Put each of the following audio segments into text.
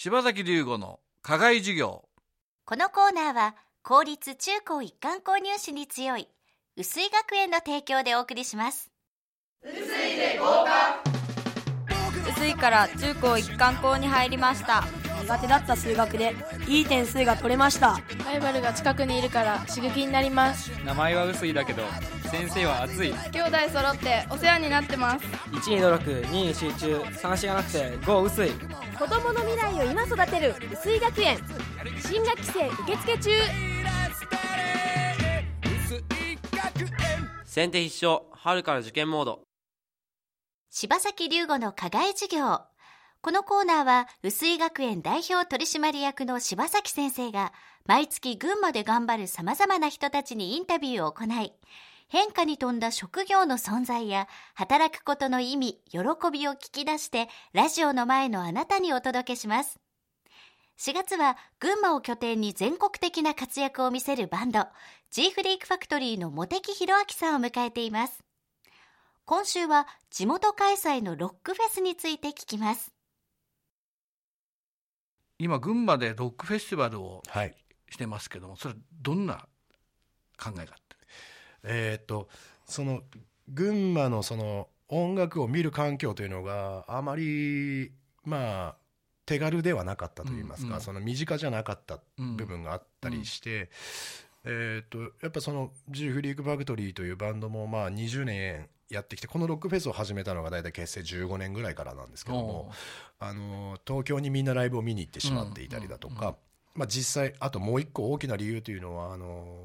柴崎龍吾の課外授業。 このコーナーは公立中高一貫購入士に強い臼井学園の提供でお送りします。 臼井で合格。 臼井から中高一貫校に入りました。 苦手だった数学でいい点数が取れました。 ライバルが近くにいるから刺激になります。 名前は臼井だけど先生は熱い。 兄弟揃ってお世話になってます。 1に努力、2に集中、3しがなくて5臼井。 子供の未来を今育てる臼井学園。新学期生受付中。 先手必勝、春から受験モード。 柴崎龍吾の課外授業。このコーナーは臼井学園代表取締役の柴崎先生が毎月群馬で頑張るさまざまな人たちにインタビューを行い、変化に富んだ職業の存在や働くことの意味、喜びを聞き出してラジオの前のあなたにお届けします。4月は群馬を拠点に全国的な活躍を見せるバンド G フリークファクトリーの茂木弘明さんを迎えています。今週は地元開催のロックフェスについて聞きます。 今群馬でロックフェスティバルをしてますけども、それどんな考えがあって？ その群馬のその音楽を見る環境というのがあまり手軽ではなかったといいますか、その身近じゃなかった部分があったりして、やっぱその G フリークファクトリーというバンドも20年やってきて、このロックフェスを始めたのが大体結成15年ぐらいからなんですけども、東京にみんなライブを見に行ってしまっていたりだとか、実際あともう一個大きな理由というのは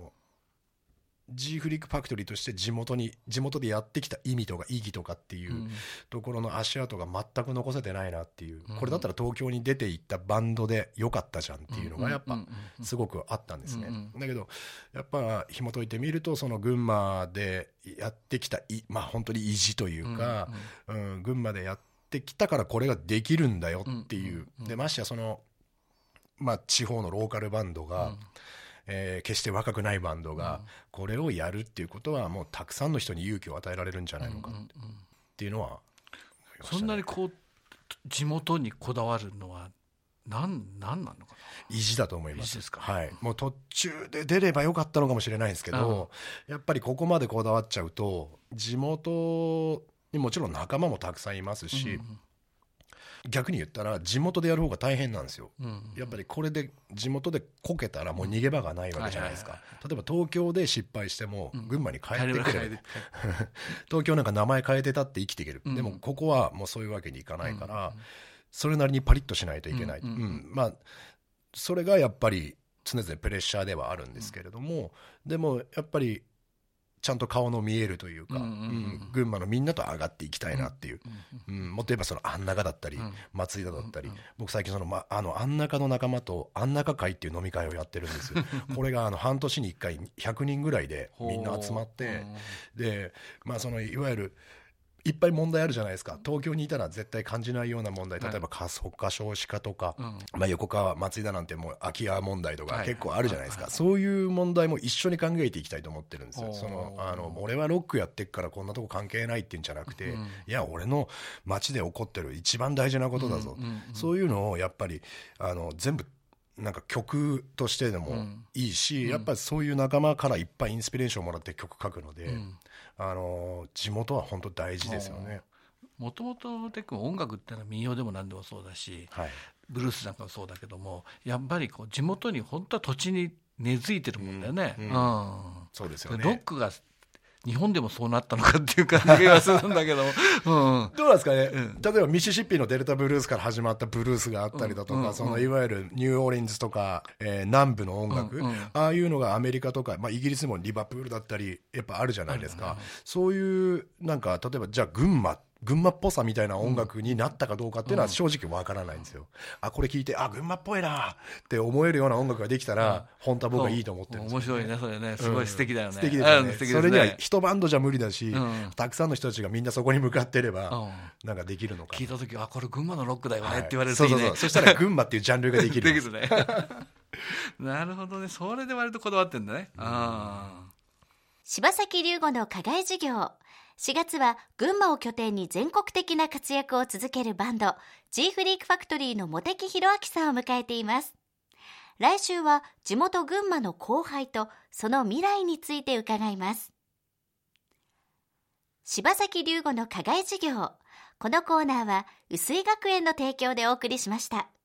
G フリークファクトリーとして地元でやってきた意味とか意義とかっていうところの足跡が全く残せてないなっていう、これだったら東京に出ていったバンドでよかったじゃんっていうのがやっぱすごくあったんですね。だけどやっぱ紐解いてみると、その群馬でやってきた本当に意地というか、群馬でやってきたからこれができるんだよっていう、でましてやその地方のローカルバンドが決して若くないバンドがこれをやるっていうことはもうたくさんの人に勇気を与えられるんじゃないのかっていうのは、 そんなにこう地元にこだわるのは何なのかな？ 意地だと思います。 意地ですか？ はい、もう途中で出ればよかったのかもしれないんですけど、やっぱりここまでこだわっちゃうと地元にもちろん仲間もたくさんいますし、逆に言ったら地元でやる方が大変なんですよ。やっぱりこれで地元でこけたらもう逃げ場がないわけじゃないですか。例えば東京で失敗しても群馬に帰ってくれる、東京なんか名前変えてたって生きていける、でもここはもうそういうわけにいかないから、それなりにパリッとしないといけない、それがやっぱり常々プレッシャーではあるんですけれども、でもやっぱりちゃんと顔の見えるというか、群馬のみんなと上がっていきたいなっていう、もっと言えばその安中だったり、松井田だったり、僕最近その、安中の仲間と安中会っていう飲み会をやってるんですこれが半年に1回100人ぐらいでみんな集まって、でそのいわゆるいっぱい問題あるじゃないですか。東京にいたら絶対感じないような問題、例えば過疎化少子化とか、横川松井田なんてもう空き家問題とか結構あるじゃないですか。そういう問題も一緒に考えていきたいと思ってるんですよ。俺はロックやってっからこんなとこ関係ないっていうんじゃなくて、いや俺の街で起こってる一番大事なことだぞ、そういうのをやっぱり全部なんか曲としてでもいいし、やっぱりそういう仲間からいっぱいインスピレーションをもらって曲書くので、地元は本当大事ですよね。 もともとテックも音楽ってのは民謡でも何でもそうだし、ブルースなんかもそうだけども、やっぱりこう地元に本当は土地に根付いてるもんだよね。 そうですよね。 ロックが日本でもそうなったのかっていう感じがするんだけども、 どうなんですかね、例えばミシシッピのデルタブルースから始まったブルースがあったりだとか、そのいわゆるニューオーリンズとか、南部の音楽、ああいうのがアメリカとか、イギリスにもリバプールだったりやっぱあるじゃないですか。そういうなんか例えばじゃあ群馬っぽさみたいな音楽になったかどうかっていうのは正直わからないんですよ。これ聞いて群馬っぽいなって思えるような音楽ができたら、本当は僕はいいと思ってるんですよ。 面白いね、それね、すごい素敵だよね。 素敵ですよね。それには一バンドじゃ無理だし、たくさんの人たちがみんなそこに向かってれば、なんかできるのか。 聞いた時これ群馬のロックだよねって言われるといいね。そしたら群馬っていうジャンルができる。 できるね。なるほどね、それで割とこだわってんだね。 柴崎龍吾の課外授業。 4月は群馬を拠点に全国的な活躍を続けるバンド G フリークファクトリーの茂木弘明さんを迎えています。来週は地元群馬の後輩とその未来について伺います。柴崎龍吾の課外授業。このコーナーは薄井学園の提供でお送りしました。